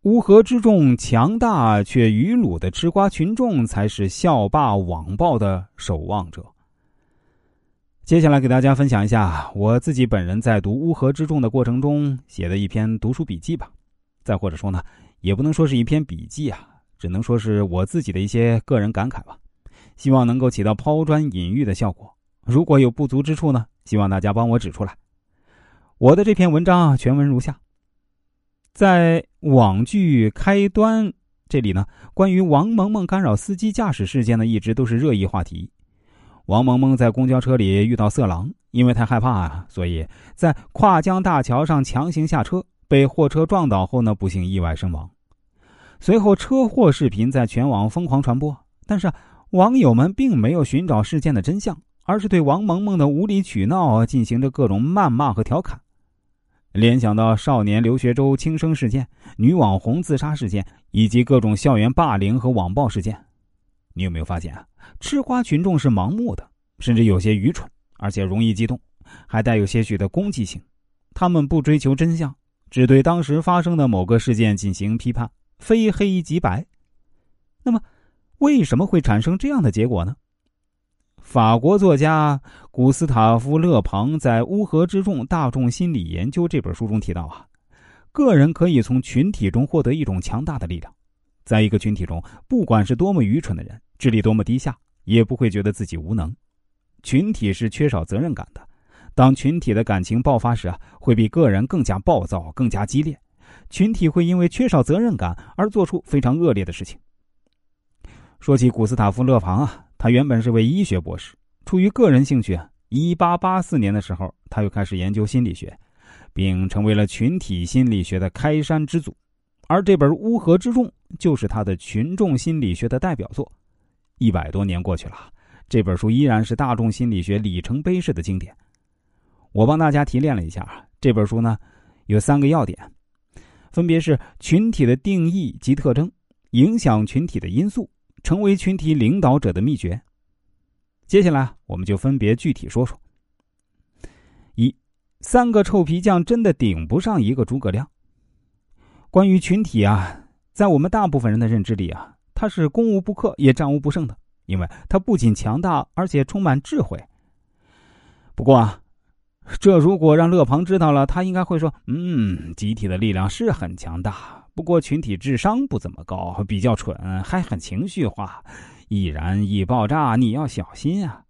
乌合之众强大却愚鲁的吃瓜群众才是校霸网暴的守望者。接下来给大家分享一下我自己本人在读乌合之众的过程中写的一篇读书笔记吧。再或者说呢，也不能说是一篇笔记啊，只能说是我自己的一些个人感慨吧。希望能够起到抛砖引玉的效果。如果有不足之处呢，希望大家帮我指出来。我的这篇文章全文如下。在网剧开端这里呢，关于王萌萌干扰司机驾驶事件呢，一直都是热议话题。王萌萌在公交车里遇到色狼，因为太害怕啊，所以在跨江大桥上强行下车，被货车撞倒后呢，不幸意外身亡。随后车祸视频在全网疯狂传播，但是网友们并没有寻找事件的真相，而是对王萌萌的无理取闹进行着各种谩骂和调侃。联想到少年留学周轻生事件、女网红自杀事件以及各种校园霸凌和网暴事件，你有没有发现啊？吃瓜群众是盲目的，甚至有些愚蠢，而且容易激动，还带有些许的攻击性。他们不追求真相，只对当时发生的某个事件进行批判，非黑即白。那么为什么会产生这样的结果呢？法国作家古斯塔夫·勒庞在《乌合之众：大众心理研究》这本书中提到啊，个人可以从群体中获得一种强大的力量。在一个群体中，不管是多么愚蠢的人，智力多么低下，也不会觉得自己无能。群体是缺少责任感的，当群体的感情爆发时啊，会比个人更加暴躁，更加激烈。群体会因为缺少责任感而做出非常恶劣的事情。说起古斯塔夫·勒庞啊，他原本是位医学博士，出于个人兴趣1884年的时候，他又开始研究心理学，并成为了群体心理学的开山之祖。而这本《乌合之众》就是他的群众心理学的代表作。100多年过去了，这本书依然是大众心理学里程碑式的经典。我帮大家提炼了一下，这本书呢有3个要点，分别是群体的定义及特征、影响群体的因素、成为群体领导者的秘诀。接下来我们就分别具体说说。1. 3个臭皮匠真的顶不上一个诸葛亮。关于群体啊，在我们大部分人的认知里啊，它是攻无不克也战无不胜的，因为它不仅强大，而且充满智慧。不过啊，这如果让勒庞知道了，他应该会说，集体的力量是很强大，不过群体智商不怎么高，比较蠢，还很情绪化，易燃易爆炸，你要小心啊。